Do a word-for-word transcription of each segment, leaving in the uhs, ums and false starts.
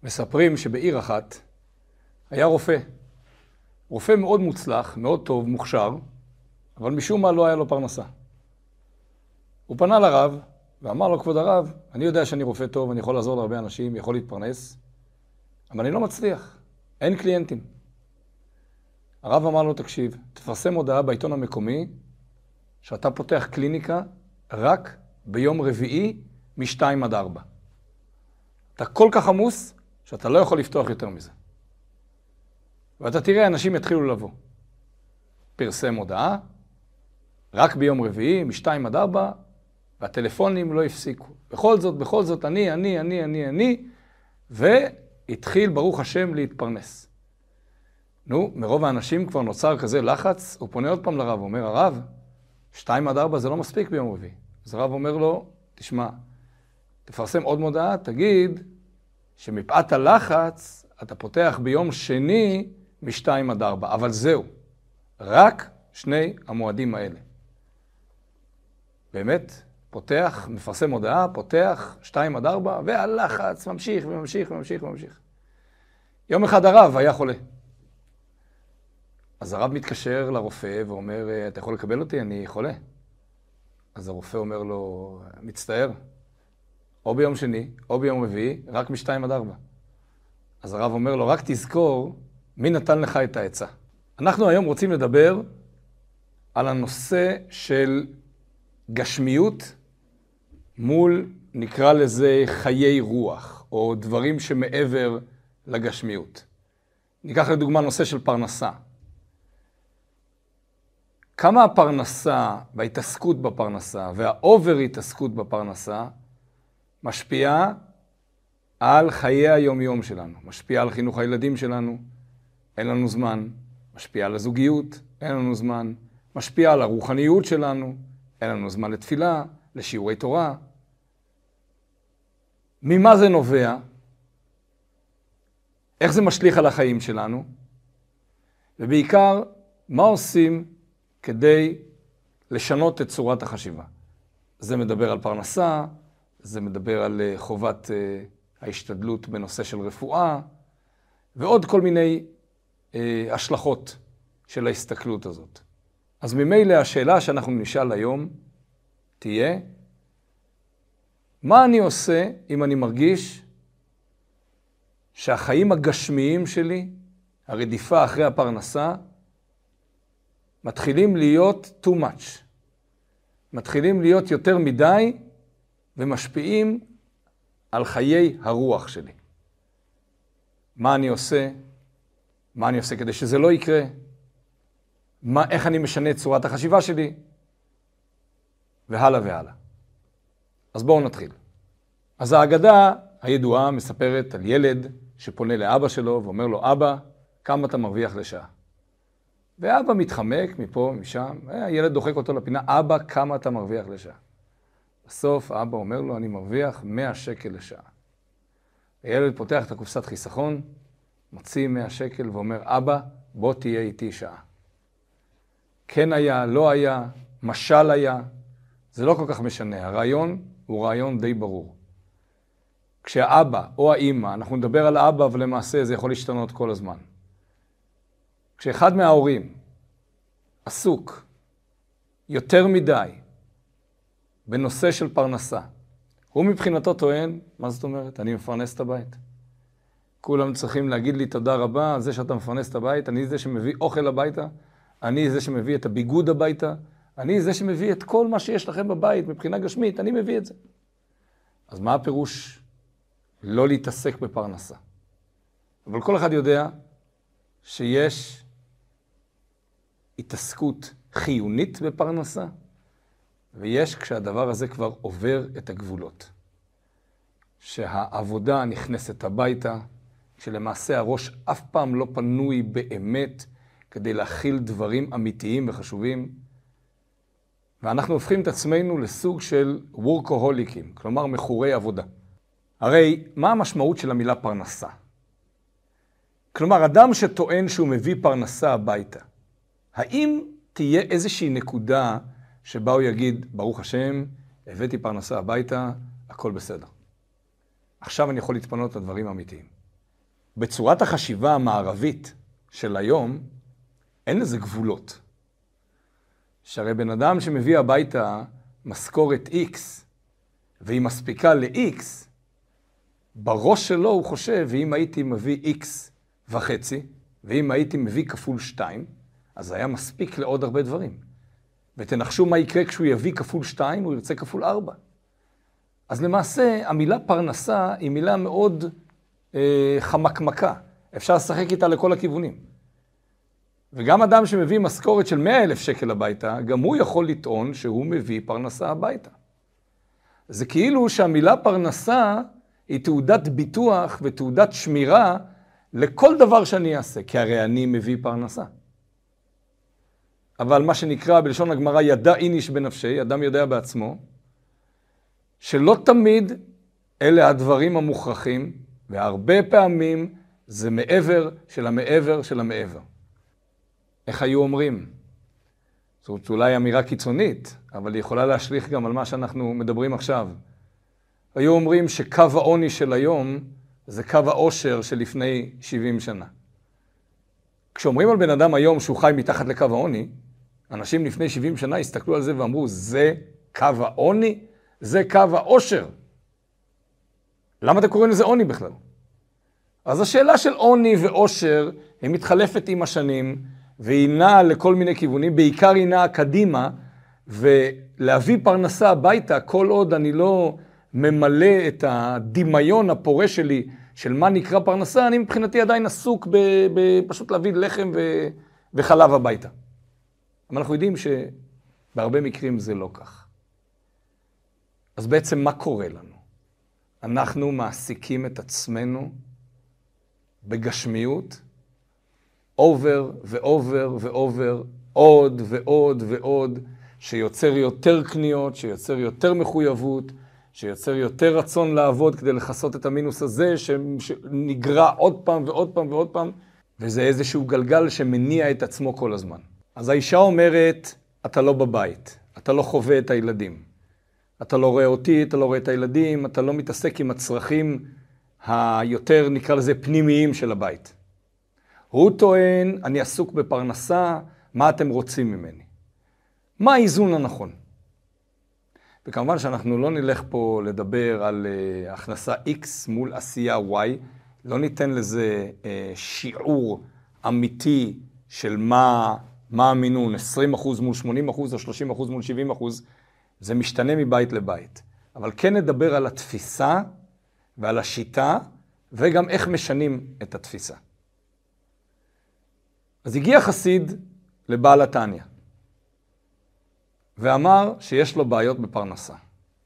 מספרים שבעיר אחת היה רופא. רופא מאוד מוצלח, מאוד טוב, מוכשר, אבל משום מה לא היה לו פרנסה. הוא פנה לרב ואמר לו, כבוד הרב, אני יודע שאני רופא טוב, אני יכול לעזור להרבה אנשים, יכול להתפרנס, אבל אני לא מצליח, אין קליינטים. הרב אמר לו, תקשיב, תפרסם הודעה בעיתון המקומי שאתה פותח קליניקה רק ביום רביעי משתיים עד ארבע. אתה כל כך עמוס שאתה לא יכול לפתוח יותר מזה. ואתה תראה, אנשים יתחילו לבוא. פרסם הודעה, רק ביום רביעי משתיים עד ארבע, והטלפונים לא הפסיקו. בכל זאת, בכל זאת, אני, אני, אני, אני, אני, והתחיל ברוך השם להתפרנס. נו, מרוב האנשים כבר נוצר כזה לחץ, הוא פונה עוד פעם לרב, הוא אומר, הרב, שתיים עד ארבע זה לא מספיק ביום רביעי. אז הרב אומר לו, תשמע, תפרסם עוד מודעה, תגיד שמפאת הלחץ אתה פותח ביום שני משתיים עד ארבע, אבל זהו, רק שני המועדים האלה. באמת, פותח, מפרסם הודעה, פותח שתיים עד ארבע, והלחץ ממשיך וממשיך וממשיך וממשיך. יום אחד הרב היה חולה. אז הרב מתקשר לרופא ואומר, אתה יכול לקבל אותי? אני חולה. אז הרופא אומר לו, מצטער, או ביום שני, או ביום רביעי, רק משתיים עד ארבע. אז הרב אומר לו, רק תזכור, מי נתן לך את העצה? אנחנו היום רוצים לדבר על הנושא של גשמיות מול, נקרא לזה, חיי רוח, או דברים שמעבר לגשמיות. ניקח לדוגמה נושא של פרנסה. כמה הפרנסה וההתעסקות בפרנסה והאובר התעסקות בפרנסה משפיעה על חיי היום-יום שלנו, משפיעה על חינוך הילדים שלנו, אין לנו זמן, משפיעה על הזוגיות, אין לנו זמן, משפיעה על הרוחניות שלנו, אין לנו זמן לתפילה, לשיעורי תורה. ממה זה נובע? איך זה משליך על החיים שלנו? ובעיקר, מה עושים כדי לשנות את צורת החשיבה? זה מדבר על פרנסה, זה מדבר על חובת ההשתדלות בנושא של רפואה, ועוד כל מיני השלכות של ההסתכלות הזאת. אז ממילא השאלה שאנחנו נשאל היום תהיה, מה אני עושה אם אני מרגיש שהחיים הגשמיים שלי, הרדיפה אחרי הפרנסה, מתחילים להיות too much, מתחילים להיות יותר מדי ומשפיעים על חיי הרוח שלי. מה אני עושה? מה אני עושה כדי שזה לא יקרה? מה, איך אני משנה את צורת החשיבה שלי? והלאה והלאה. אז בואו נתחיל. אז האגדה הידועה מספרת על ילד שפונה לאבא שלו ואומר לו, אבא, כמה אתה מרוויח לשעה? ואבא מתחמק מפה, משם, הילד דוחק אותו לפינה, אבא, כמה אתה מרוויח לשעה? בסוף האבא אומר לו, אני מרוויח מאה שקל לשעה. הילד פותח את הקופסת חיסכון, מוציא מאה שקל ואומר, אבא, בוא תהיה איתי שעה. כן היה, לא היה, משל היה, זה לא כל כך משנה. הרעיון הוא רעיון די ברור. כשהאבא או האמא, אנחנו נדבר על האבא, אבל למעשה זה יכול להשתנות כל הזמן. כשאחד מההורים עסוק יותר מדי בנושא של פרנסה, הוא מבחינתו טוען, מה זאת אומרת? אני מפרנס את הבית. כולם צריכים להגיד לי תודה רבה על זה שאתה מפרנס את הבית, אני זה שמביא אוכל הביתה, אני זה שמביא את הביגוד הביתה, אני זה שמביא את כל מה שיש לכם בבית מבחינה גשמית, אני מביא את זה. אז מה הפירוש לא להתעסק בפרנסה? אבל כל אחד יודע שיש התעסקות חיונית בפרנסה, ויש כשהדבר הזה כבר עובר את הגבולות. שהעבודה נכנסת הביתה, שלמעשה הראש אף פעם לא פנוי באמת כדי להכיל דברים אמיתיים וחשובים, ואנחנו הופכים את עצמנו לסוג של וורקוהוליקים, כלומר מכורי עבודה. הרי מה המשמעות של המילה פרנסה? כלומר, אדם שטוען שהוא מביא פרנסה הביתה, האם תהיה איזושהי נקודה שבה הוא יגיד, ברוך השם, הבאתי פרנסה הביתה, הכל בסדר. עכשיו אני יכול להתפנות לדברים האמיתיים. בצורת החשיבה המערבית של היום, אין לזה גבולות. שהרי בן אדם שמביא הביתה משכורת X, והיא מספיקה ל-X, בראש שלו הוא חושב, ואם הייתי מביא X וחצי, ואם הייתי מביא כפול שתיים, אז היה מספיק לעוד הרבה דברים. ותנחשו מה יקרה כשהוא יביא כפול שתיים, הוא ירצה כפול ארבע. אז למעשה, המילה פרנסה היא מילה מאוד אה, חמקמקה. אפשר לשחק איתה לכל הכיוונים. וגם אדם שמביא משכורת של מאה אלף שקל הביתה, גם הוא יכול לטעון שהוא מביא פרנסה הביתה. זה כאילו שהמילה פרנסה היא תעודת ביטוח ותעודת שמירה לכל דבר שאני אעשה, כי הרי אני מביא פרנסה. אבל מה שנקרא בלשון הגמרא ידע איניש בנפשי, אדם יודע בעצמו, שלא תמיד אלה הדברים המוכרחים, והרבה פעמים זה מעבר של המעבר של המעבר. איך היו אומרים? זאת אולי אמירה קיצונית, אבל היא יכולה להשליך גם על מה שאנחנו מדברים עכשיו. היו אומרים שקו העוני של היום זה קו העושר של לפני שבעים שנה. כשאומרים על בן אדם היום שהוא חי מתחת לקו העוני, אנשים לפני שבעים שנה הסתכלו על זה ואמרו, זה קו העוני? זה קו העושר. למה אתם קוראים לזה עוני בכלל? אז השאלה של עוני ועושר היא מתחלפת עם השנים, והיא נעה לכל מיני כיוונים, בעיקר היא נעה קדימה, ולהביא פרנסה הביתה, כל עוד אני לא ממלא את הדמיון הפורה שלי, של מה נקרא פרנסה, אני מבחינתי עדיין עסוק בפשוט להביא לחם ו- וחלב הביתה. אבל אנחנו יודעים שבהרבה מקרים זה לא כך. אז בעצם מה קורה לנו? אנחנו מעסיקים את עצמנו בגשמיות, אובר ואובר ואובר, עוד ועוד ועוד, שיוצר יותר קניות, שיוצר יותר מחויבות, שיוצר יותר רצון לעבוד כדי לחסות את המינוס הזה, שנגרע עוד פעם ועוד פעם ועוד פעם, וזה איזשהו גלגל שמניע את עצמו כל הזמן. אז האישה אומרת, אתה לא בבית, אתה לא חווה את הילדים, אתה לא רואה אותי, אתה לא רואה את הילדים, אתה לא מתעסק עם הצרכים היותר, נקרא לזה, פנימיים של הבית. הוא טוען, אני עסוק בפרנסה, מה אתם רוצים ממני? מה האיזון הנכון? וכמובן שאנחנו לא נלך פה לדבר על uh, הכנסה X מול עשייה Y, לא ניתן לזה uh, שיעור אמיתי של מה, מה המינון, עשרים אחוז מול שמונים אחוז או שלושים אחוז מול שבעים אחוז, זה משתנה מבית לבית. אבל כן נדבר על התפיסה ועל השיטה, וגם איך משנים את התפיסה. אז הגיע חסיד לבעל התניא, ואמר שיש לו בעיות בפרנסה.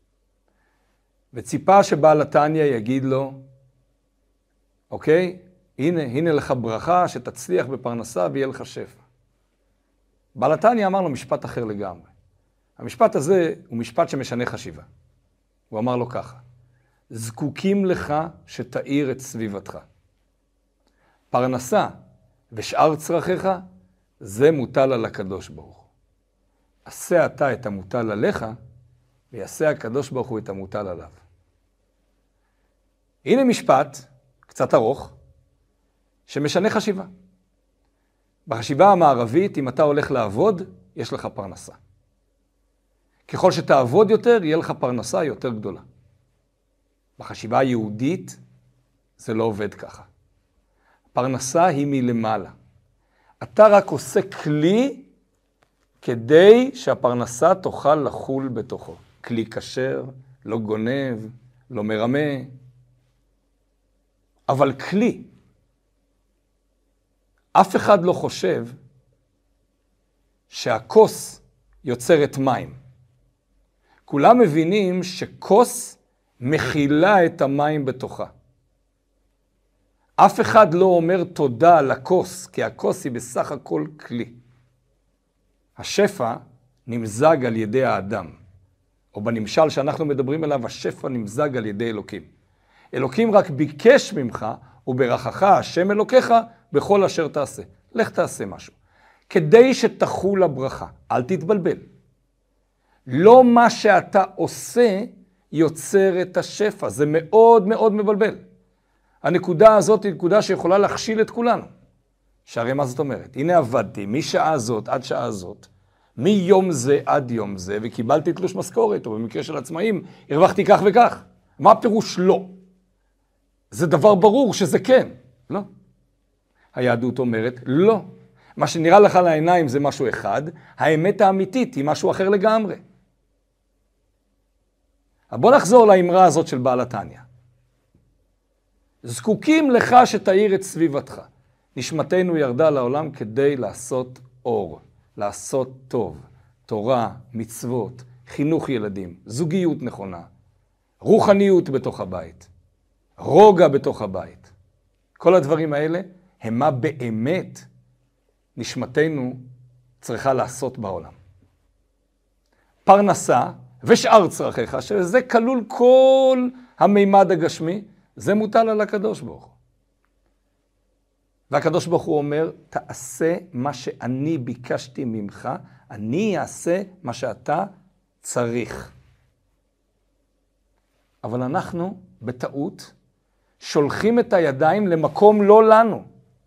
וציפה שבעל התניא יגיד לו, אוקיי, הנה, הנה לך ברכה שתצליח בפרנסה ויהיה לך שפע. בעל התניא אמר לו משפט אחר לגמרי. המשפט הזה הוא משפט שמשנה חשיבה. הוא אמר לו ככה, זקוקים לך שתאיר את סביבתך. פרנסה ושאר צרכיך, זה מוטל על הקדוש ברוך הוא. עשה אתה את המוטל עליך, ויעשה הקדוש ברוך הוא את המוטל עליו. הנה משפט, קצת ארוך, שמשנה חשיבה. בחשיבה המערבית, אם אתה הולך לעבוד, יש לך פרנסה. ככל שתעבוד יותר, יהיה לך פרנסה יותר גדולה. בחשיבה היהודית, זה לא עובד ככה. פרנסה היא מלמעלה. אתה רק עושה כלי כדי שהפרנסה תוכל לחול בתוכו. כלי כשר, לא גונב, לא מרמה, אבל כלי. אף אחד לא חושב שהכוס יוצרת מים. כולם מבינים שכוס מכילה את המים בתוכה. אף אחד לא אומר תודה לכוס, כי הכוס היא בסך הכל כלי. השפע נמזג על ידי האדם, או בנמשל שאנחנו מדברים עליו, השפע נמזג על ידי אלוקים. אלוקים רק ביקש ממך, וברכך השם אלוקיך, בכל אשר תעשה. לך תעשה משהו. כדי שתחול הברכה, אל תתבלבל. לא מה שאתה עושה יוצר את השפע, זה מאוד מאוד מבלבל. הנקודה הזאת היא נקודה שיכולה להכשיל את כולנו. שהרי מה זאת אומרת? הנה עבדתי משעה זאת עד שעה זאת, מיום זה עד יום זה, וקיבלתי תלוש משכורת, או במקרה של עצמאים, הרווחתי כך וכך. מה הפירוש לא? זה דבר ברור שזה כן. לא. היהדות אומרת לא. מה שנראה לך לעיניים זה משהו אחד, האמת האמיתית היא משהו אחר לגמרי. בוא נחזור לאמרה הזאת של בעל התניא. זקוקים לך שתאיר את סביבתך. נשמתנו ירדה לעולם כדי לעשות אור, לעשות טוב, תורה, מצוות, חינוך ילדים, זוגיות נכונה, רוחניות בתוך הבית, רוגע בתוך הבית. כל הדברים האלה הם מה באמת נשמתנו צריכה לעשות בעולם. פרנסה ושאר צרכיך, שזה כלול כל המימד הגשמי, זה מוטל על הקדוש ברוך הוא. והקדוש ברוך הוא אומר, תעשה מה שאני ביקשתי ממך, אני אעשה מה שאתה צריך. אבל אנחנו, בטעות, שולחים את הידיים למקום לא לנו.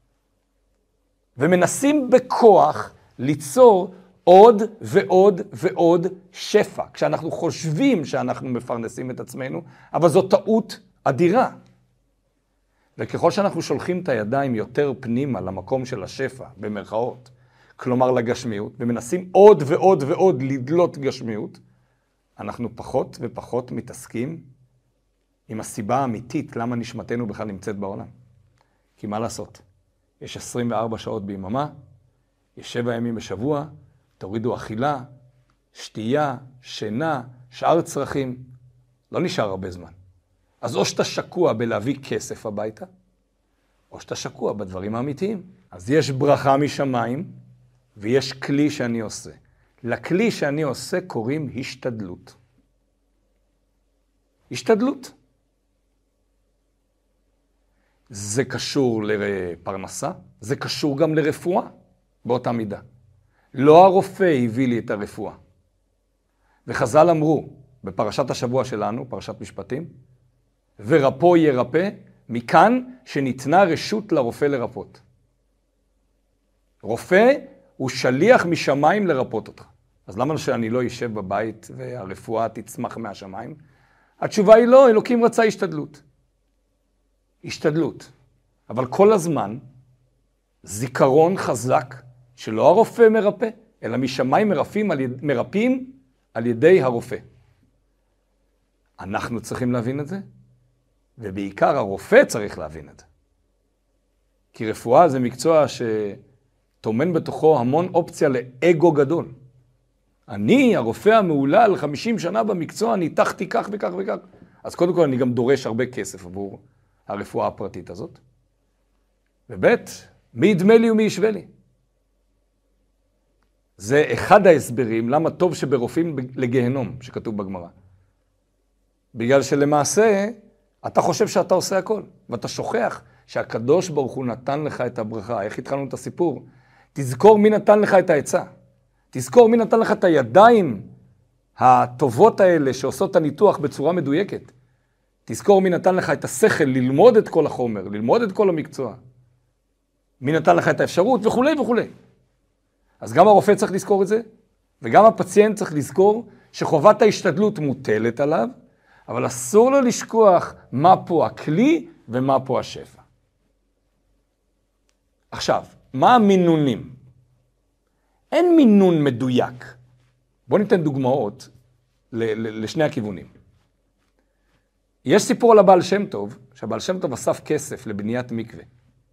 ומנסים בכוח ליצור עוד ועוד ועוד שפע. כשאנחנו חושבים שאנחנו מפרנסים את עצמנו, אבל זו טעות אדירה. וככל שאנחנו שולחים את הידיים יותר פנימה למקום של השפע, במרכאות, כלומר לגשמיות, ומנסים עוד ועוד ועוד לדלות גשמיות, אנחנו פחות ופחות מתעסקים עם הסיבה האמיתית למה נשמתנו בכלל נמצאת בעולם. כי מה לעשות? יש עשרים וארבע שעות ביממה, יש שבע ימים בשבוע, תורידו אכילה, שתייה, שינה, שאר צרכים. לא נשאר הרבה זמן. אז או שאתה שקוע בלהביא כסף הביתה, או שאתה שקוע בדברים האמיתיים. אז יש ברכה משמיים, ויש כלי שאני עושה. לכלי שאני עושה קוראים השתדלות. השתדלות. זה קשור לפרנסה, זה קשור גם לרפואה, באותה מידה. לא הרופא הביא לי את הרפואה. וחז"ל אמרו, בפרשת השבוע שלנו, פרשת משפטים, ורפו ירפא, מכאן שניתנה רשות לרופא לרפות. רופא הוא שליח משמיים לרפות אותך. אז למה שאני לא יישב בבית והרפואה תצמח מהשמיים? התשובה היא לא, אלוקים רצה השתדלות. השתדלות. אבל כל הזמן, זיכרון חזק, שלא הרופא מרפא, אלא משמיים מרפאים על, יד... מרפאים על ידי הרופא. אנחנו צריכים להבין את זה, ובעיקר הרופא צריך להבין את זה. כי רפואה זה מקצוע שתומן בתוכו המון אופציה לאגו גדול. אני, הרופא המעולל, חמישים שנה במקצוע, ניתחתי כך וכך וכך. אז קודם כל אני גם דורש הרבה כסף עבור הרפואה הפרטית הזאת. ובית, מי ידמה לי ומי ישווה לי? זה אחד ההסברים למה טוב שברופאים לגהנום, שכתוב בגמרא. בגלל שלמעשה אתה חושב שאתה עושה הכל, ואתה שוכח שהקדוש ברוך הוא נתן לך את הברכה. איך התחלנו את הסיפור? תזכור מי נתן לך את העצה. תזכור מי נתן לך את הידיים הטובות האלה שעושות את הניתוח בצורה מדויקת. תזכור מי נתן לך את השכל ללמוד את כל החומר, ללמוד את כל המקצוע. מי נתן לך את האפשרות וכו' וכו'. אז גם הרופא צריך לזכור את זה, וגם הפציינט צריך לזכור שחובת ההשתדלות מוטלת עליו, אבל אסור לו לשכוח מה פה הכלי ומה פה השפע. עכשיו, מה המינונים? אין מינון מדויק. בואו ניתן דוגמאות לשני הכיוונים. יש סיפור על הבעל שם טוב, שהבעל שם טוב אסף כסף לבניית מקווה.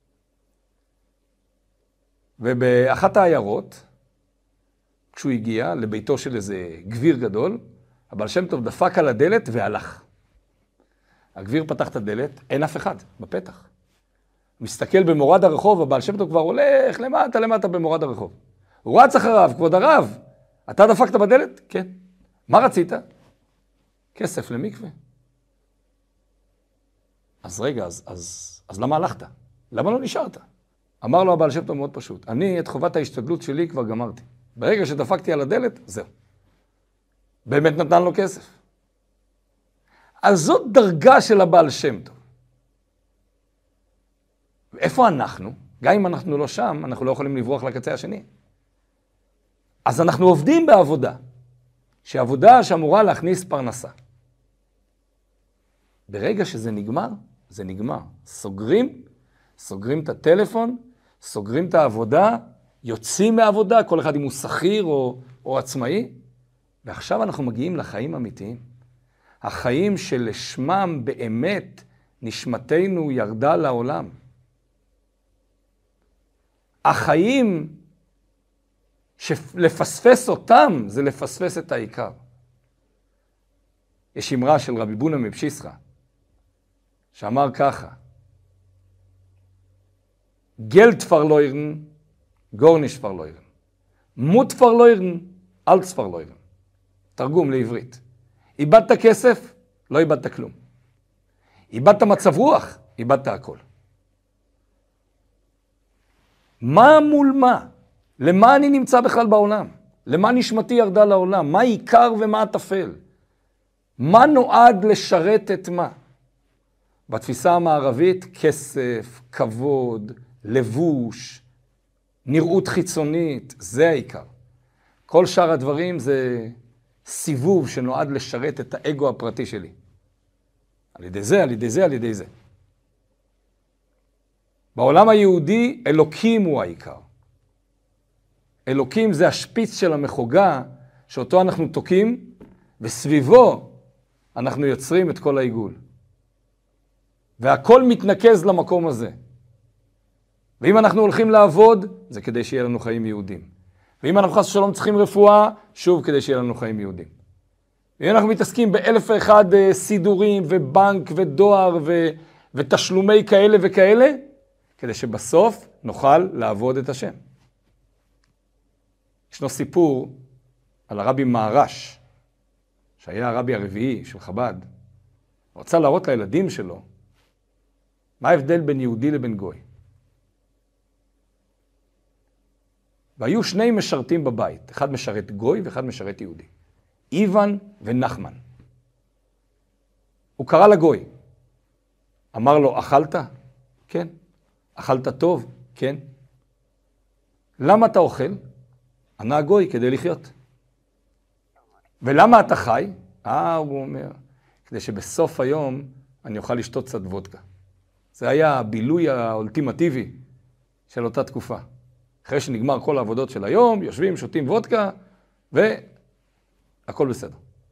ובאחת העיירות, כשהוא הגיע לביתו של איזה גביר גדול, הבעל שם טוב דפק על הדלת והלך. הגביר פתח את הדלת, אין אף אחד בפתח. הוא מסתכל במורד הרחוב, הבעל שם טוב כבר הולך למטה למטה במורד הרחוב. הוא רץ אחריו, כבוד הרב, אתה דפקת בדלת? כן. מה רצית? כסף למקווה. אז רגע, אז, אז, אז למה הלכת? למה לא נשארת? אמר לו הבעל שם טוב מאוד פשוט, אני את חובת ההשתדלות שלי כבר גמרתי. ברגע שדפקתי על הדלת, זהו. באמת נתן לו כסף. אז זאת דרגה של הבעל שם טוב. ואיפה אנחנו? גם אם אנחנו לא שם, אנחנו לא יכולים לברוח לקצה השני. אז אנחנו עובדים בעבודה, שעבודה שאמורה להכניס פרנסה. ברגע שזה נגמר, זה נגמר. סוגרים, סוגרים את הטלפון, סוגרים את העבודה, יוצאים מהעבודה, כל אחד אם הוא שכיר או, או עצמאי, ועכשיו אנחנו מגיעים לחיים אמיתיים. החיים שלשמם באמת נשמתנו ירדה לעולם. החיים שלפספס אותם זה לפספס את העיקר. יש אמרה של רבי בונה מפשיסחה, שאמר ככה, גלד פרלוירן, גורניש פרלוירן. מות פרלוירן, אלץ פרלוירן. תרגום לעברית. איבדת כסף, לא איבדת כלום. איבדת מצב רוח, איבדת הכל. מה מול מה? למה אני נמצא בכלל בעולם? למה נשמתי ירדה לעולם? מה עיקר ומה הטפל? מה נועד לשרת את מה? בתפיסה המערבית, כסף, כבוד, לבוש, נראות חיצונית, זה העיקר. כל שאר הדברים זה סיבוב שנועד לשרת את האגו הפרטי שלי. על ידי זה, על ידי זה, על ידי זה. בעולם היהודי, אלוקים הוא העיקר. אלוקים זה השפיץ של המחוגה, שאותו אנחנו תוקעים, וסביבו אנחנו יוצרים את כל העיגול. והכל מתנקז למקום הזה. ואם אנחנו הולכים לעבוד, זה כדי שיהיה לנו חיים יהודים. ואם אנחנו חס ושלום צריכים רפואה, שוב כדי שיהיה לנו חיים יהודים. ואם אנחנו מתעסקים באלף ואחד סידורים ובנק ודואר ו... ותשלומי כאלה וכאלה, כדי שבסוף נוכל לעבוד את השם. ישנו סיפור על הרבי מהר"ש, שהיה הרבי הרביעי של חב"ד. הוא רצה להראות לילדים שלו מה ההבדל בין יהודי לבין גוי. והיו שני משרתים בבית, אחד משרת גוי ואחד משרת יהודי. איוון ונחמן. הוא קרא לגוי. אמר לו, אכלת? כן. אכלת טוב? כן. למה אתה אוכל? ענה הגוי כדי לחיות. ולמה אתה חי? אה, הוא אומר, כדי שבסוף היום אני אוכל לשתות קצת וודקה. זה היה הבילוי האולטימטיבי של אותה תקופה. אחרי שנגמר כל העבודות של היום, יושבים, שותים וודקה, והכל בסדר.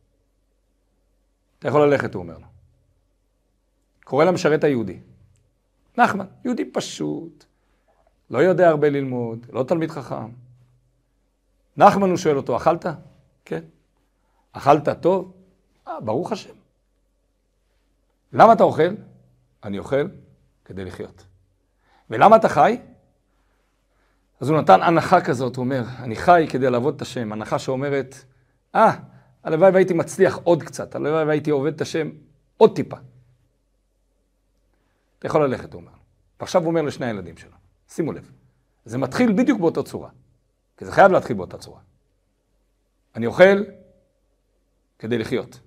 אתה יכול ללכת, הוא אומר לו. קורא למשרת היהודי. נחמן, יהודי פשוט, לא יודע הרבה ללמוד, לא תלמיד חכם. נחמן הוא שואל אותו, אכלת? כן. אכלת טוב? אה, ברוך השם. למה אתה אוכל? אני אוכל כדי לחיות. ולמה אתה חי? אז הוא נתן הנחה כזאת, הוא אומר, אני חי כדי לעבוד את השם. הנחה שאומרת, אה, הלוואי והייתי מצליח עוד קצת, הלוואי והייתי עובד את השם עוד טיפה. אתה יכול ללכת, הוא אומר. ועכשיו הוא אומר לשני הילדים שלו, שימו לב, זה מתחיל בדיוק באותה צורה, כי זה חייב להתחיל באותה צורה. אני אוכל כדי לחיות.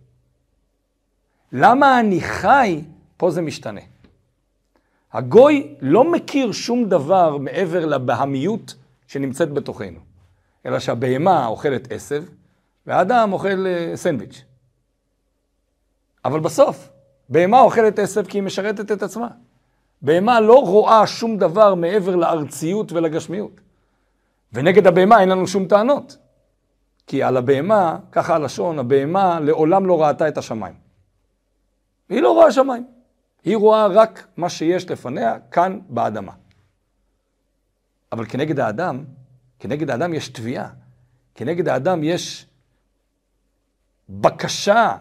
למה אני חי? פה זה משתנה. הגוי לא מכיר שום דבר מעבר לבהמיות שנמצאת בתוכנו, אלא שהבהמה אוכלת עשב, והאדם אוכל סנדוויץ'. אבל בסוף, בהמה אוכלת עשב כי היא משרתת את עצמה. בהמה לא רואה שום דבר מעבר לארציות ולגשמיות. ונגד הבהמה אין לנו שום טענות. כי על הבהמה, ככה הלשון, הבהמה לעולם לא ראתה את השמיים. היא לא רואה שמיים. היא רואה רק מה שיש לפניה כאן באדמה. אבל כנגד האדם, כנגד האדם יש תביעה. כנגד האדם יש בקשה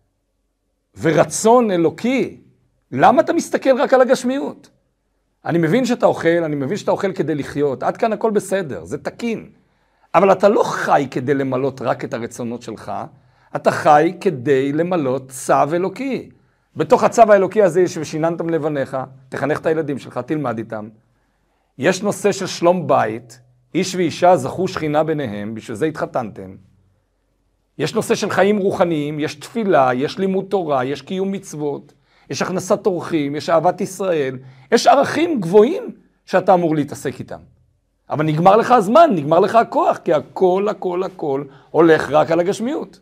ורצון אלוקי. למה אתה מסתכל רק על הגשמיות? אני מבין שאתה אוכל, אני מבין שאתה אוכל כדי לחיות. עד כאן הכל בסדר, זה תקין. אבל אתה לא חי כדי למלות רק את הרצונות שלך, אתה חי כדי למלות צו אלוקי. בתוך הצו האלוקי הזה יש ושיננתם לבניך, תחנך את הילדים שלך, תלמד איתם. יש נושא של שלום בית, איש ואישה זכו שכינה ביניהם, בשביל זה התחתנתם. יש נושא של חיים רוחניים, יש תפילה, יש לימוד תורה, יש קיום מצוות, יש הכנסת אורחים, יש אהבת ישראל, יש ערכים גבוהים שאתה אמור להתעסק איתם. אבל נגמר לך הזמן, נגמר לך הכוח, כי הכל, הכל, הכל הולך רק על הגשמיות.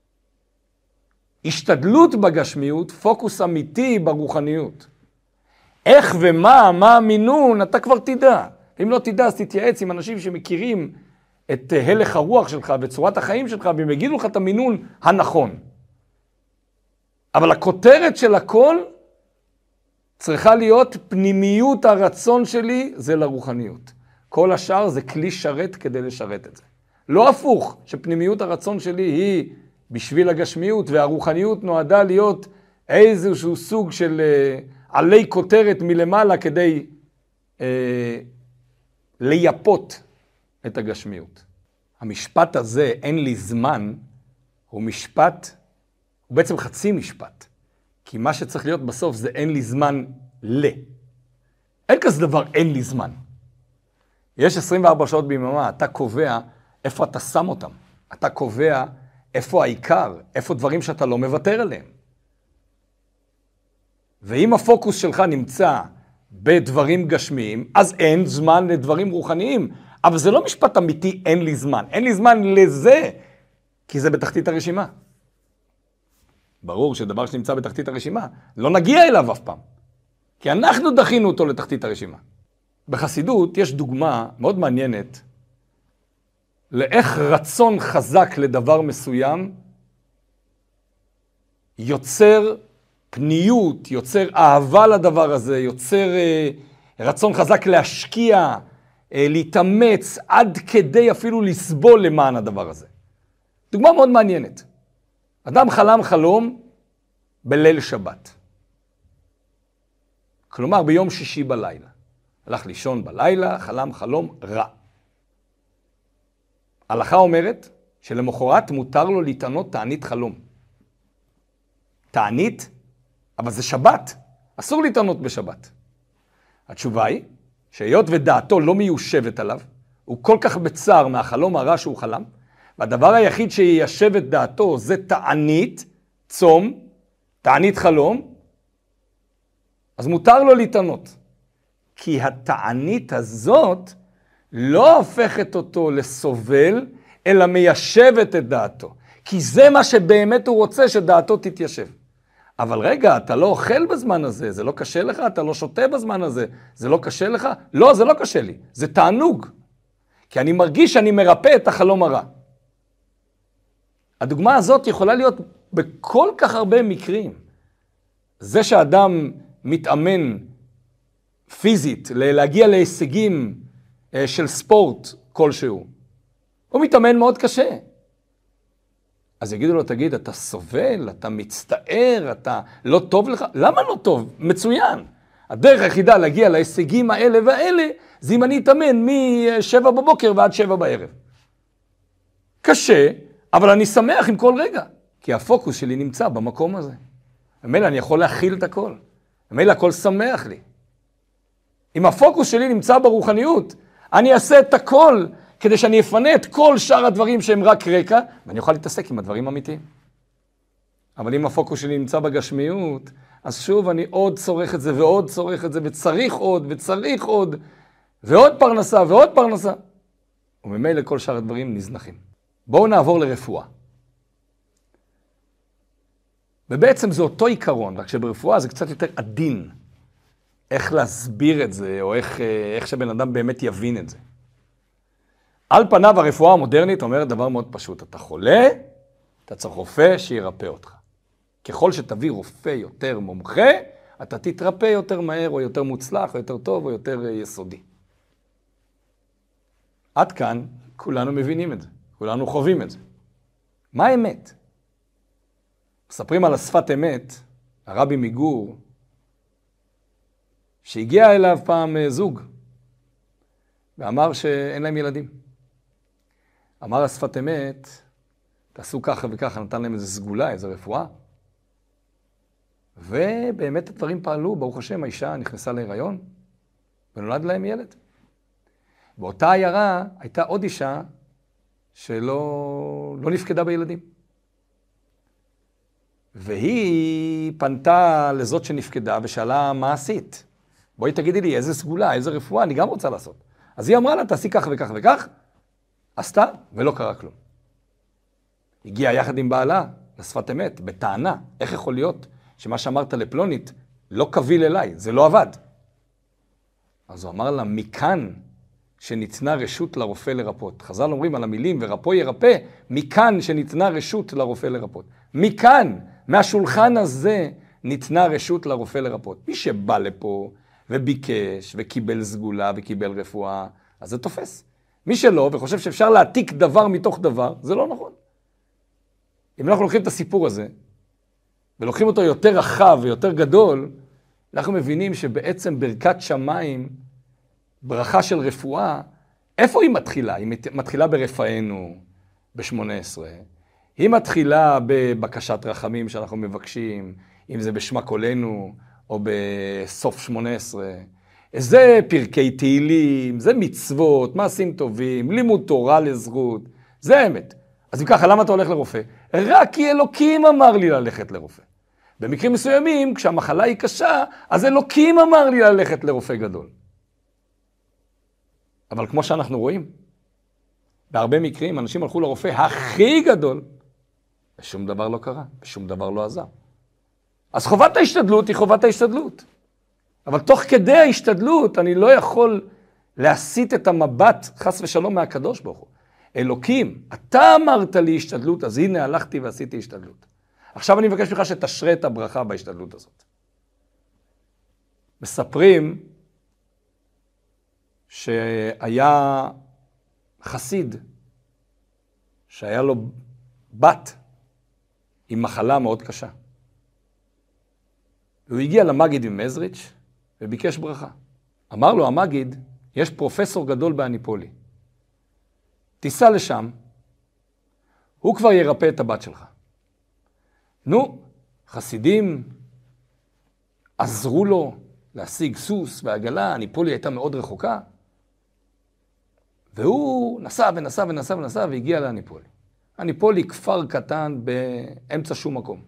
השתדלות בגשמיות, פוקוס אמיתי ברוחניות. איך ומה, מה המינון, אתה כבר תדע. אם לא תדע, אז תתייעץ עם אנשים שמכירים את הלך הרוח שלך וצורת החיים שלך, והם יגידו לך את המינון הנכון. אבל הכותרת של הכל צריכה להיות פנימיות הרצון שלי, זה לרוחניות. כל השאר זה כלי שרת כדי לשרת את זה. לא הפוך, שפנימיות הרצון שלי היא בשביל הגשמיות, והרוחניות נועדה להיות איזשהו סוג של אה, עלי כותרת מלמעלה כדי אה, לייפות את הגשמיות. המשפט הזה, אין לי זמן, הוא משפט, הוא בעצם חצי משפט. כי מה שצריך להיות בסוף זה אין לי זמן ל. אין כזה דבר, אין לי זמן. יש עשרים וארבע שעות ביממה, אתה קובע איפה אתה שם אותם. אתה קובע איפה העיקר, איפה דברים שאתה לא מוותר עליהם. ואם הפוקוס שלך נמצא בדברים גשמיים, אז אין זמן לדברים רוחניים. אבל זה לא משפט אמיתי, אין לי זמן. אין לי זמן לזה, כי זה בתחתית הרשימה. ברור שדבר שנמצא בתחתית הרשימה, לא נגיע אליו אף פעם. כי אנחנו דחינו אותו לתחתית הרשימה. בחסידות יש דוגמה מאוד מעניינת, לאיך רצון חזק לדבר מסוים, יוצר פניות, יוצר אהבה לדבר הזה, יוצר אה, רצון חזק להשקיע, אה, להתאמץ, עד כדי אפילו לסבול למען הדבר הזה. דוגמה מאוד מעניינת. אדם חלם חלום בליל שבת. כלומר ביום שישי בלילה. הלך לישון בלילה, חלם חלום רע. ההלכה אומרת שלמחרת מותר לו להתענות תענית חלום. תענית, אבל זה שבת, אסור להתענות בשבת. התשובה היא שהיות ודעתו לא מיושבת עליו, הוא כל כך בצער מהחלום הרע שהוא חלם, והדבר היחיד שיישב את דעתו זה תענית, צום, תענית חלום, אז מותר לו להתענות. כי התענית הזאת לא הופכת אותו לסובל, אלא מיישבת את דעתו. כי זה מה שבאמת הוא רוצה, שדעתו תתיישב. אבל רגע, אתה לא אוכל בזמן הזה, זה לא קשה לך, אתה לא שותה בזמן הזה, זה לא קשה לך? לא, זה לא קשה לי, זה תענוג. כי אני מרגיש שאני מרפא את החלום הרע. הדוגמה הזאת יכולה להיות בכל כך הרבה מקרים. זה שאדם מתאמן פיזית, להגיע להישגים של ספורט כלשהו, הוא מתאמן מאוד קשה. אז יגידו לו, תגיד, אתה סובל, אתה מצטער, אתה לא טוב לך? למה לא טוב? מצוין. הדרך היחידה להגיע להישגים האלה והאלה, זה אם אני אתאמן משבע בבוקר ועד שבע בערב. קשה, אבל אני שמח עם כל רגע, כי הפוקוס שלי נמצא במקום הזה. ומילא אני יכול להכיל את הכל. ומילא הכל שמח לי. אם הפוקוס שלי נמצא ברוחניות, אני אעשה את הכל כדי שאני אפנה את כל שאר הדברים שהם רק רקע, ואני אוכל להתעסק עם הדברים אמיתיים. אבל אם הפוקוס שלי נמצא בגשמיות, אז שוב אני עוד צורך את זה ועוד צורך את זה, וצריך עוד וצריך עוד, ועוד פרנסה ועוד פרנסה. וממילא כל שאר הדברים נזנחים. בואו נעבור לרפואה. ובעצם זה אותו עיקרון, רק שברפואה זה קצת יותר עדין. איך להסביר את זה, או איך, איך שבן אדם באמת יבין את זה. על פניו הרפואה המודרנית אומרת דבר מאוד פשוט. אתה חולה, אתה צריך רופא שירפא אותך. ככל שתביא רופא יותר מומחה, אתה תתרפא יותר מהר, או יותר מוצלח, או יותר טוב, או יותר יסודי. עד כאן כולנו מבינים את זה. כולנו חווים את זה. מה האמת? מספרים על השפת אמת, הרבי מגור, שהגיע אליו פעם זוג, ואמר שאין להם ילדים. אמר השפת אמת, תעשו ככה וככה, נתן להם איזו סגולה, איזו רפואה. ובאמת הדברים פעלו, ברוך השם, האישה נכנסה להיריון, ונולד להם ילד. באותה עיירה הייתה עוד אישה שלא לא נפקדה בילדים. והיא פנתה לזאת שנפקדה ושאלה מה עשית. בואי תגידי לי איזה סגולה, איזה רפואה, אני גם רוצה לעשות. אז היא אמרה לה, תעשי כך וכך וכך, עשתה ולא קרה כלום. הגיעה יחד עם בעלה לשפת אמת, בטענה, איך יכול להיות שמה שאמרת לפלונית לא קביל אליי, זה לא עבד. אז הוא אמר לה, מכאן שניתנה רשות לרופא לרפות. חז"ל אומרים על המילים, ורפו ירפא, מכאן שניתנה רשות לרופא לרפות. מכאן, מהשולחן הזה, ניתנה רשות לרופא לרפות. מי שבא לפה וביקש וקיבל סגולה וקיבל רפואה, אז זה תופס. מי שלא וחושב שאפשר להעתיק דבר מתוך דבר, זה לא נכון. אם אנחנו לוקחים את הסיפור הזה, ולוקחים אותו יותר רחב ויותר גדול, אנחנו מבינים שבעצם ברכת שמיים, ברכה של רפואה, איפה היא מתחילה? היא מתחילה ברפאנו ב-שמונה עשרה. היא מתחילה בבקשת רחמים שאנחנו מבקשים, אם זה בשמה קולנו או בסוף שמונה עשרה. זה פרקי תהילים, זה מצוות, מעשים טובים, לימוד תורה לזכות. זה האמת. אז אם ככה, למה אתה הולך לרופא? רק כי אלוקים אמר לי ללכת לרופא. במקרים מסוימים, כשהמחלה היא קשה, אז אלוקים אמר לי ללכת לרופא גדול. אבל כמו שאנחנו רואים, בהרבה מקרים אנשים הלכו לרופא הכי גדול, ושום דבר לא קרה, ושום דבר לא עזר. אז חובת ההשתדלות היא חובת ההשתדלות. אבל תוך כדי ההשתדלות אני לא יכול להסיט את המבט חס ושלום מהקדוש ברוך הוא. אלוקים, אתה אמרת לי השתדלות, אז הנה הלכתי ועשיתי השתדלות. עכשיו אני מבקש ממך שתשרה את הברכה בהשתדלות הזאת. מספרים שהיה חסיד, שהיה לו בת עם מחלה מאוד קשה. והוא הגיע למגיד ממזריץ' וביקש ברכה. אמר לו המגיד, יש פרופסור גדול באניפולי. תיסע לשם, הוא כבר ירפא את הבת שלך. נו, חסידים עזרו לו להשיג סוס ועגלה, אניפולי הייתה מאוד רחוקה. והוא נסע ונסע ונסע ונסע והגיע לאניפולי. אניפולי כפר קטן באמצע שום מקום.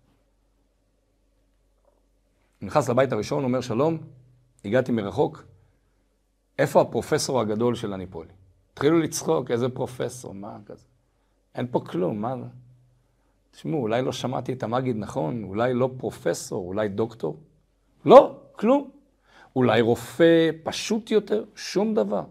הוא נכנס לבית הראשון, אומר שלום, הגעתי מרחוק. איפה הפרופסור הגדול של אניפולי? התחילו לצחוק, איזה פרופסור, מה כזה? אין פה כלום, מה זה? תשמעו, אולי לא שמעתי את המגיד נכון, אולי לא פרופסור, אולי דוקטור. לא, כלום. אולי רופא פשוט יותר, שום דבר.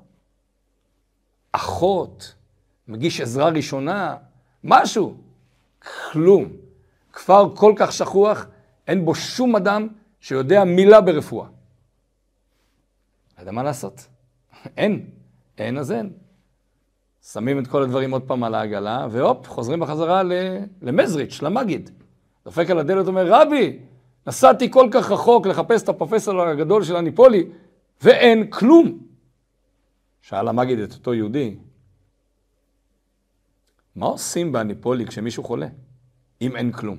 אחות, מגיש עזרה ראשונה, משהו. כלום. כפר כל כך שכוח, אין בו שום אדם שיודע מילה ברפואה. לא יודע מה לעשות. אין. אין אז אין. שמים את כל הדברים עוד פעם על העגלה, והופ, חוזרים בחזרה למזריץ', למגיד. דופק על הדלת ואומר, רבי, נסעתי כל כך רחוק לחפש את הפרופסור הגדול של אניפולי, ואין כלום. שאל המגיד את אותו יהודי, מה עושים באניפולי כשמישהו חולה, אם אין כלום?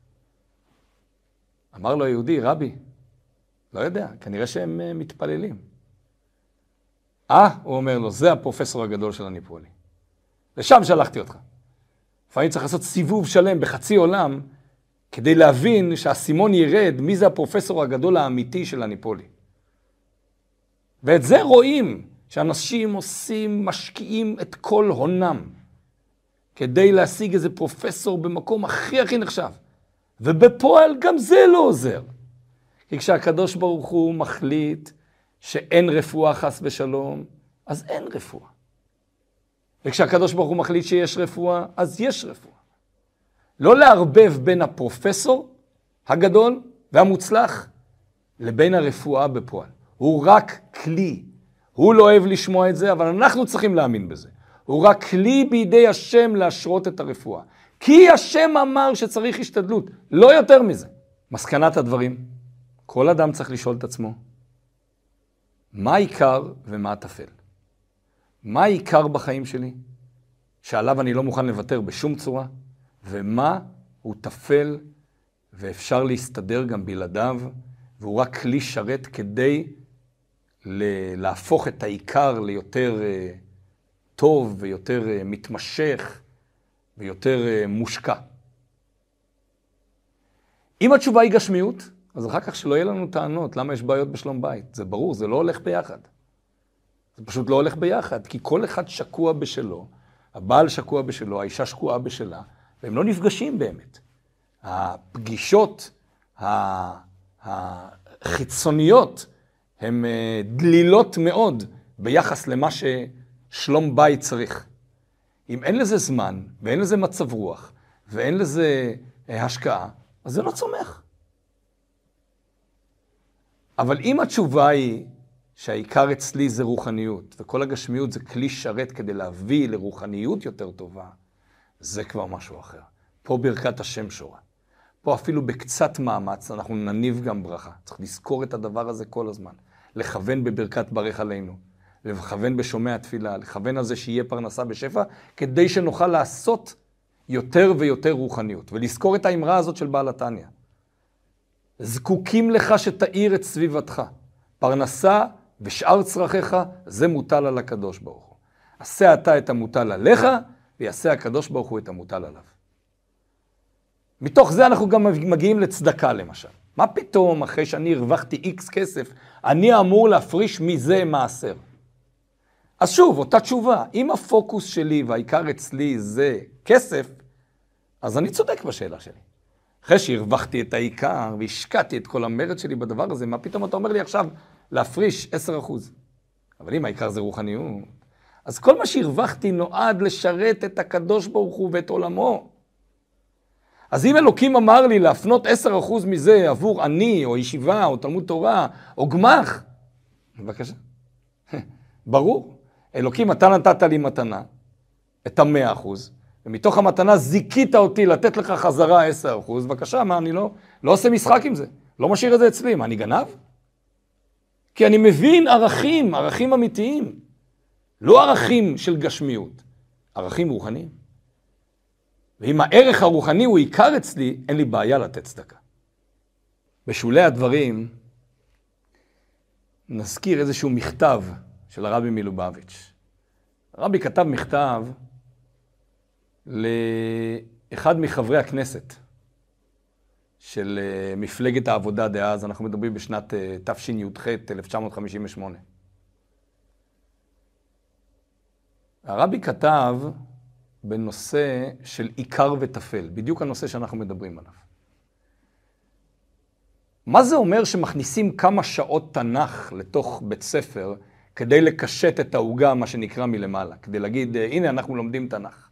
אמר לו היהודי, רבי, לא יודע, כנראה שהם מתפללים. אה, הוא אומר לו, זה הפרופסור הגדול של אניפולי. לשם שלחתי אותך. לפעמים צריך לעשות סיבוב שלם בחצי עולם, כדי להבין שהסימון ירד מי זה הפרופסור הגדול האמיתי של אניפולי. ואת זה רואים, שאנשים עושים, משקיעים את כל הונם, כדי להשיג איזה פרופסור במקום הכי הכי נחשב. ובפועל גם זה לא עוזר. כי כשהקדוש ברוך הוא מחליט שאין רפואה חס ושלום, אז אין רפואה. וכשהקדוש ברוך הוא מחליט שיש רפואה, אז יש רפואה. לא לערבב בין הפרופסור הגדול והמוצלח לבין הרפואה בפועל. הוא רק כלי. הוא לא אוהב לשמוע את זה, אבל אנחנו צריכים להאמין בזה. הוא רק כלי בידי השם להשרות את הרפואה. כי השם אמר שצריך השתדלות, לא יותר מזה. מסקנת הדברים, כל אדם צריך לשאול את עצמו, מה העיקר ומה הטפל? מה העיקר בחיים שלי, שעליו אני לא מוכן לוותר בשום צורה, ומה הוא טפל ואפשר להסתדר גם בלעדיו, והוא רק כלי שרת כדי להפוך את העיקר ליותר טוב ויותר מתמשך ויותר מושקע. אם התשובה היא גשמיות, אז אחר כך שלא יהיה לנו טענות, למה יש בעיות בשלום בית. זה ברור, זה לא הולך ביחד. זה פשוט לא הולך ביחד, כי כל אחד שקוע בשלו, הבעל שקוע בשלו, האישה שקועה בשלה, והם לא נפגשים באמת. הפגישות החיצוניות הן דלילות מאוד ביחס למה ששלום בית צריך. אם אין לזה זמן, ואין לזה מצב רוח, ואין לזה השקעה, אז זה לא צומח. אבל אם התשובה היא שהעיקר אצלי זה רוחניות, וכל הגשמיות זה כלי שרת כדי להביא לרוחניות יותר טובה, זה כבר משהו אחר. פה ברכת השם שורה. פה אפילו בקצת מאמץ אנחנו נניב גם ברכה. צריך לזכור את הדבר הזה כל הזמן. לכוון בברכת ברך עלינו, לכוון בשומע התפילה, לכוון על זה שיהיה פרנסה בשפע, כדי שנוכל לעשות יותר ויותר רוחניות. ולזכור את האמרה הזאת של בעל התניא. זקוקים לך שתאיר את סביבתך. פרנסה ושאר צרכיך, זה מוטל על הקדוש ברוך הוא. עשה אתה את המוטל עליך, ויעשה הקדוש ברוך הוא את המוטל עליו. מתוך זה אנחנו גם מגיעים לצדקה למשל. מה פתאום אחרי שאני הרווחתי איקס כסף, אני אמור להפריש מזה מעשר? אז שוב, אותה תשובה. אם הפוקוס שלי והעיקר אצלי זה כסף, אז אני צודק בשאלה שלי. אחרי שהרווחתי את העיקר והשקעתי את כל המרץ שלי בדבר הזה, מה פתאום אתה אומר לי עכשיו להפריש עשרה אחוז? אבל אם העיקר זה רוחניות, אז כל מה שהרווחתי נועד לשרת את הקדוש ברוך הוא ואת עולמו. אז אם אלוקים אמר לי להפנות עשרה אחוז מזה עבור אני, או ישיבה, או תלמוד תורה, או גמח, בבקשה. ברור. אלוקים, אתה נתת לי מתנה, את המאה אחוז, ומתוך המתנה זיקית אותי לתת לך חזרה עשרה אחוז, בבקשה, מה, אני לא, לא עושה משחק עם זה. לא משאיר את זה אצלי, מה, אני גנב? כי אני מבין ערכים, ערכים אמיתיים. לא ערכים של גשמיות, ערכים רוחניים. ואם הערך הרוחני הוא עיקר אצלי, אין לי בעיה לתת צדקה. בשולי הדברים, נזכיר איזשהו מכתב של הרבי מלובביץ'. הרבי כתב מכתב לאחד מחברי הכנסת של מפלגת העבודה דאז, אנחנו מדברים בשנת תשי"ח, אלף תשע מאות חמישים ושמונה. הרבי כתב בנושא של עיקר וטפל, בדיוק הנושא שאנחנו מדברים עליו. מה זה אומר שמכניסים כמה שעות תנ"ך לתוך בית ספר כדי לקשט את העוגה, מה שנקרא מלמעלה, כדי להגיד, הנה אנחנו לומדים תנ"ך.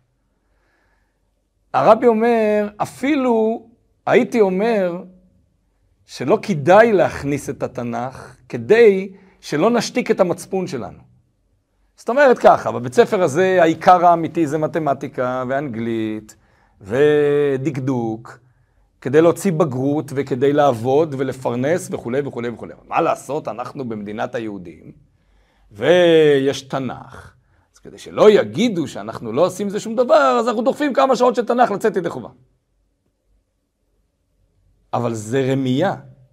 הרבי אומר, אפילו הייתי אומר שלא כדאי להכניס את התנ"ך כדי שלא נשתיק את המצפון שלנו. זאת אומרת ככה, בבית ספר הזה העיקר האמיתי זה מתמטיקה ואנגלית ודקדוק, כדי להוציא בגרות וכדי לעבוד ולפרנס וכו' וכו' וכו'. מה לעשות? אנחנו במדינת היהודים ויש תנ"ך. אז כדי שלא יגידו שאנחנו לא עושים זה שום דבר, אז אנחנו דוחפים כמה שעות של תנ"ך לצאת ידי חובה. אבל זה רמייה.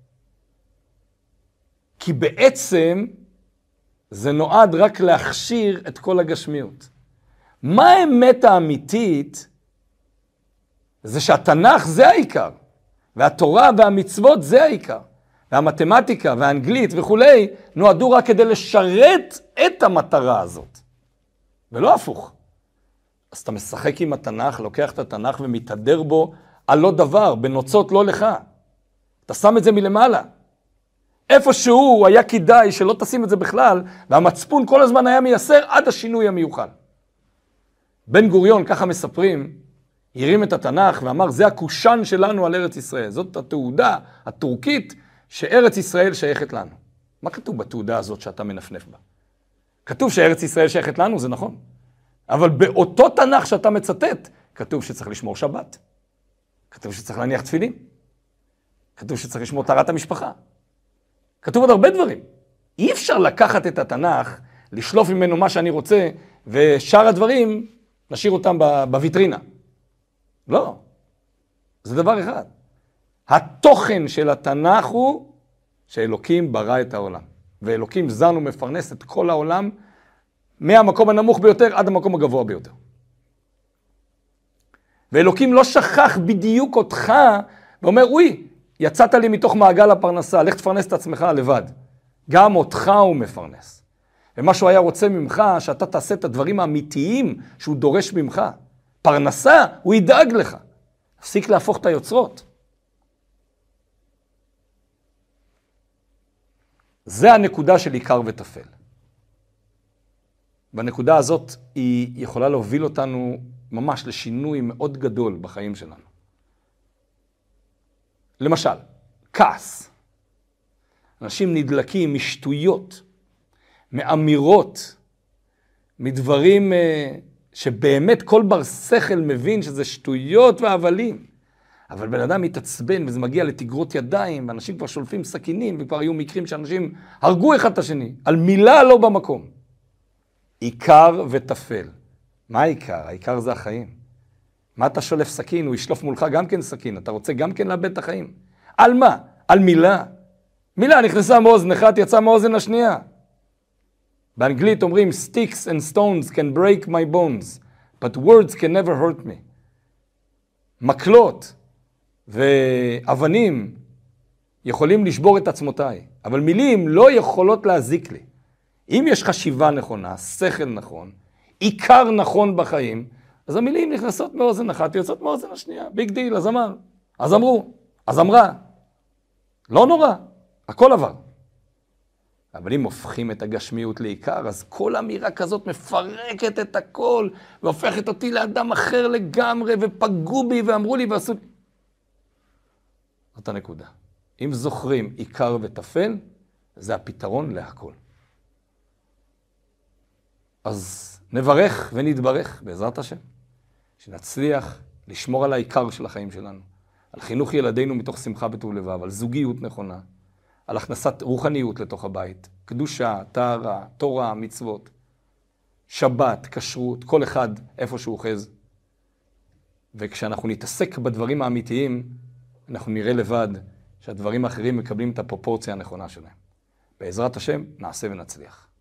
כי בעצם זה נועד רק להכשיר את כל הגשמיות. מה האמת האמיתית? זה שהתנ"ך זה העיקר, והתורה והמצוות זה העיקר, והמתמטיקה והאנגלית וכולי נועדו רק כדי לשרת את המטרה הזאת, ולא הפוך. אז אתה משחק עם התנ"ך, לוקח את התנ"ך ומתהדר בו על לא דבר, בנוצות לא לך. אתה שם את זה מלמעלה. איפשהו היה כדאי שלא תשים את זה בכלל, והמצפון כל הזמן היה מייסר עד השינוי המיוחל. בן גוריון, ככה מספרים, הרים את התנ"ך ואמר, זה הקושן שלנו על ארץ ישראל. זאת התעודה הטורקית שארץ ישראל שייכת לנו. מה כתוב בתעודה הזאת שאתה מנפנף בה? כתוב שארץ ישראל שייכת לנו, זה נכון. אבל באותו תנ"ך שאתה מצטט, כתוב שצריך לשמור שבת. כתוב שצריך להניח תפילין. כתוב שצריך לשמור טהרת המשפחה. כתוב עוד הרבה דברים. אי אפשר לקחת את התנ"ך, לשלוף ממנו מה שאני רוצה, ושאר הדברים, נשאיר אותם בוויטרינה. לא. זה דבר אחד. התוכן של התנ"ך הוא שאלוקים ברא את העולם. ואלוקים זן ומפרנס את כל העולם, מהמקום הנמוך ביותר עד המקום הגבוה ביותר. ואלוקים לא שכח בדיוק אותך, ואומר, אוי, יצאת לי מתוך מעגל הפרנסה, לך תפרנס את עצמך לבד. גם אותך הוא מפרנס. ומה שהוא היה רוצה ממך, שאתה תעשה את הדברים האמיתיים שהוא דורש ממך. פרנסה, הוא ידאג לך. תפסיק להפוך את היוצרות. זה הנקודה של עיקר וטפל. בנקודה הזאת היא יכולה להוביל אותנו ממש לשינוי מאוד גדול בחיים שלנו. למשל, כעס. אנשים נדלקים משטויות, מאמירות, מדברים שבאמת כל בר שכל מבין שזה שטויות והבלים. אבל בן אדם מתעצבן וזה מגיע לתגרות ידיים, ואנשים כבר שולפים סכינים, וכבר היו מקרים שאנשים הרגו אחד את השני, על מילה לא במקום. עיקר וטפל. מה העיקר? העיקר זה החיים. מה אתה שולף סכין? הוא ישלוף מולך גם כן סכין. אתה רוצה גם כן לאבד את החיים. על מה? על מילה. מילה נכנסה מאוזנך, יצאה מאוזן השנייה. באנגלית אומרים, sticks and stones can break my bones, but words can never hurt me. מקלות ואבנים יכולים לשבור את עצמותיי, אבל מילים לא יכולות להזיק לי. אם יש חשיבה נכונה, שכל נכון, עיקר נכון בחיים, אז המילים נכנסות מאוזן אחת, יוצאות מאוזן השנייה. ביג דיל, אז אמר, אז אמרו, אז אמרה. לא נורא, הכל עבר. אבל אם הופכים את הגשמיות לעיקר, אז כל אמירה כזאת מפרקת את הכל, והופכת אותי לאדם אחר לגמרי, ופגעו בי ואמרו לי ועשו... זאת הנקודה. אם זוכרים עיקר וטפל, זה הפתרון להכל. אז נברך ונתברך בעזרת השם, שנצליח לשמור על העיקר של החיים שלנו, על חינוך ילדינו מתוך שמחה בטוב לבב, על זוגיות נכונה, על הכנסת רוחניות לתוך הבית, קדושה, טהרה, תורה, מצוות, שבת, כשרות, כל אחד איפה שהוא אוחז. וכשאנחנו נתעסק בדברים האמיתיים, אנחנו נראה לבד שהדברים האחרים מקבלים את הפרופורציה הנכונה שלהם. בעזרת השם נעשה ונצליח.